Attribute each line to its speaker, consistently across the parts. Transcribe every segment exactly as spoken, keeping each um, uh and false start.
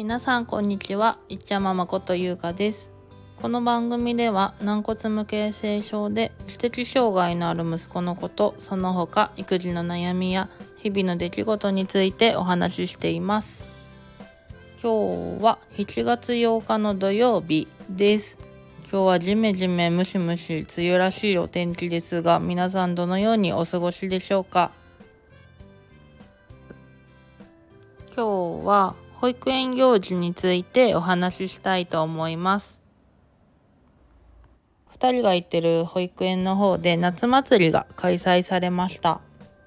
Speaker 1: 皆さんこんにちは。いっちゃままことゆうかです。この番組では軟骨無形成症で知的障害のある息子のこと、その他育児の悩みや日々の出来事についてお話ししています。今日はしちがつようかの土曜日です。今日はジメジメムシムシ梅雨らしいお天気ですが、皆さんどのようにお過ごしでしょうか。今日は保育園行事についてお話ししたいと思います。ふたりが行ってる保育園の方で夏祭りが開催されました。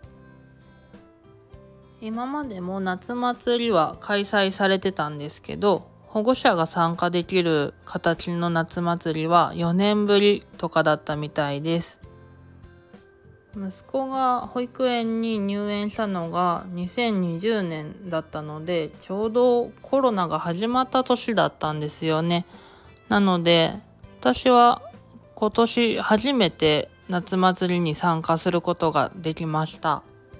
Speaker 1: 今までも夏祭りは開催されてたんですけど、保護者が参加できる形の夏祭りはよねんぶりとかだったみたいです。息子が保育園に入園したのがにせんにじゅうねんだったので、ちょうどコロナが始まった年だったんですよね。なので私は今年初めて夏祭りに参加することができました。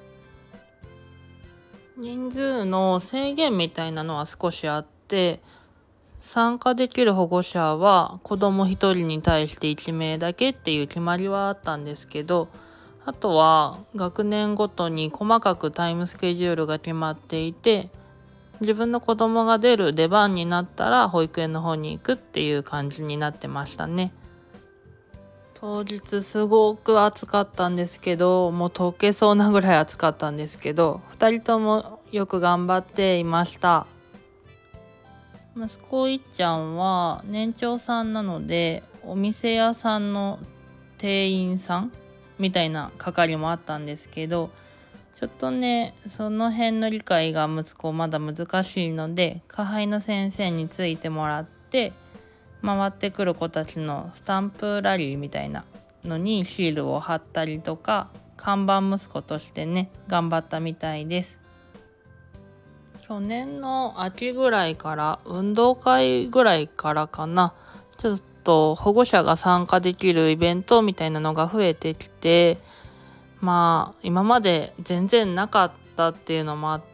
Speaker 1: 人数の制限みたいなのは少しあって、参加できる保護者は子供ひとりに対していちめいだけっていう決まりはあったんですけど、あとは学年ごとに細かくタイムスケジュールが決まっていて、自分の子供が出る出番になったら保育園の方に行くっていう感じになってましたね。当日すごく暑かったんですけど、もう溶けそうなぐらい暑かったんですけど、ふたりともよく頑張っていました。息子いっちゃんは年長さんなので、お店屋さんの店員さんみたいな係もあったんですけど、ちょっとねその辺の理解が息子まだ難しいので、加配の先生についてもらって回ってくる子たちのスタンプラリーみたいなのにシールを貼ったりとか、看板息子としてね頑張ったみたいです。去年の秋ぐらいから、運動会ぐらいからかな、ちょっと保護者が参加できるイベントみたいなのが増えてきて、まあ今まで全然なかったっていうのもあって、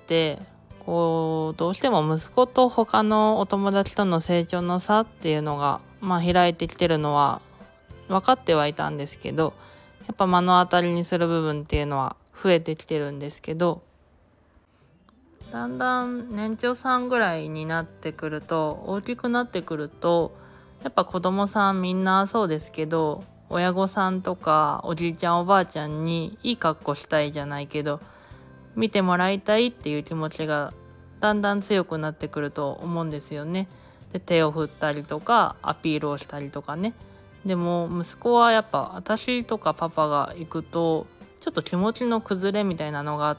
Speaker 1: こうどうしても息子と他のお友達との成長の差っていうのがまあ開いてきてるのは分かってはいたんですけど、やっぱ目の当たりにする部分っていうのは増えてきてるんですけど、だんだん年長さんぐらいになってくると、大きくなってくると、やっぱ子供さんみんなそうですけど、親御さんとかおじいちゃんおばあちゃんにいい格好したいじゃないけど、見てもらいたいっていう気持ちがだんだん強くなってくると思うんですよね。で手を振ったりとかアピールをしたりとかね。でも息子はやっぱ私とかパパが行くとちょっと気持ちの崩れみたいなのがあって、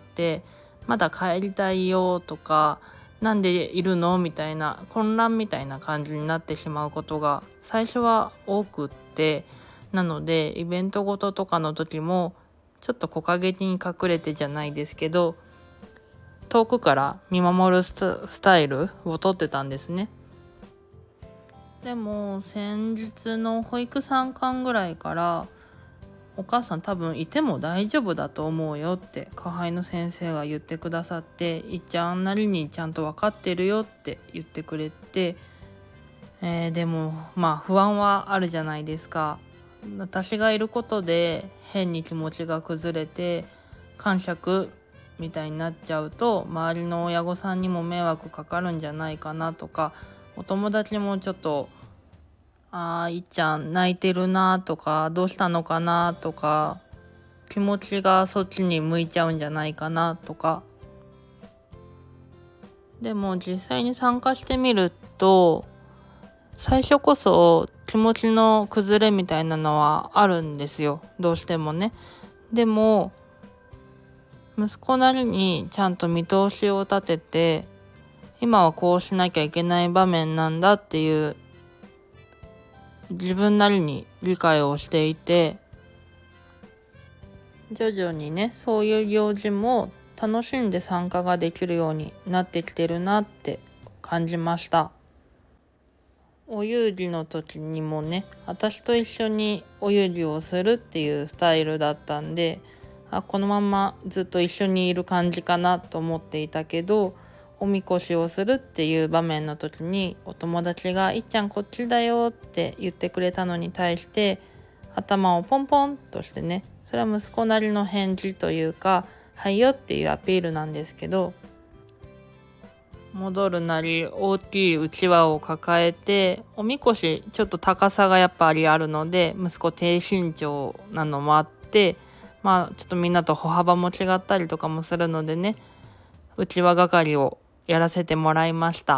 Speaker 1: まだ帰りたいよとか、なんでいるのみたいな混乱みたいな感じになってしまうことが最初は多くって、なのでイベントごととかの時もちょっと木陰に隠れてじゃないですけど、遠くから見守るスタ、スタイルをとってたんですね。でも先日の保育さんかんぐらいから、お母さん多分いても大丈夫だと思うよって加配の先生が言ってくださって、いっちゃんなりにちゃんと分かってるよって言ってくれて、えー、でもまあ不安はあるじゃないですか。私がいることで変に気持ちが崩れて癇癪みたいになっちゃうと、周りの親御さんにも迷惑かかるんじゃないかなとか、お友達もちょっとあーいっちゃん泣いてるなとか、どうしたのかなとか、気持ちがそっちに向いちゃうんじゃないかなとか。でも実際に参加してみると、最初こそ気持ちの崩れみたいなのはあるんですよ、どうしてもね。でも息子なりにちゃんと見通しを立てて、今はこうしなきゃいけない場面なんだっていう自分なりに理解をしていて、徐々にねそういう行事も楽しんで参加ができるようになってきてるなって感じました。お遊戯の時にもね、私と一緒にお遊戯をするっていうスタイルだったんで、あこのままずっと一緒にいる感じかなと思っていたけど、 おみこしをするっていう場面の時にお友達がいっちゃんこっちだよって言ってくれたのに対して頭をポンポンとしてね、それは息子なりの返事というかはいよっていうアピールなんですけど、戻るなり大きいうちわを抱えて、おみこしちょっと高さがやっぱりあるので息子低身長なのもあって、まあちょっとみんなと歩幅も違ったりとかもするのでね、うちわ係をやらせてもらいました。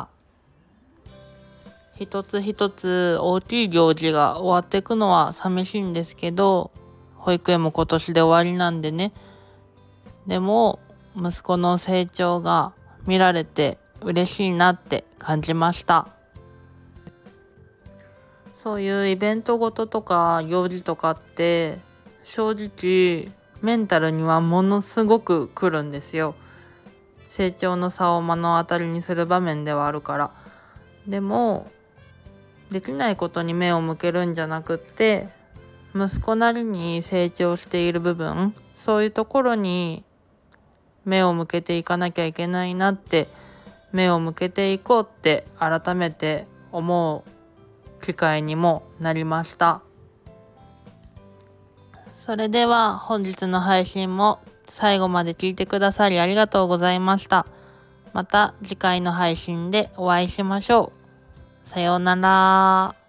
Speaker 1: 一つ一つ大きい行事が終わっていくのは寂しいんですけど、保育園も今年で終わりなんでね、でも息子の成長が見られて嬉しいなって感じました。そういうイベントごととか行事とかって正直メンタルにはものすごくくるんですよ。成長の差を目の当たりにする場面ではあるから。でもできないことに目を向けるんじゃなくって、息子なりに成長している部分、そういうところに目を向けていかなきゃいけないなって、目を向けていこうって改めて思う機会にもなりました。それでは本日の配信も最後まで聞いてくださりありがとうございました。また次回の配信でお会いしましょう。さようなら。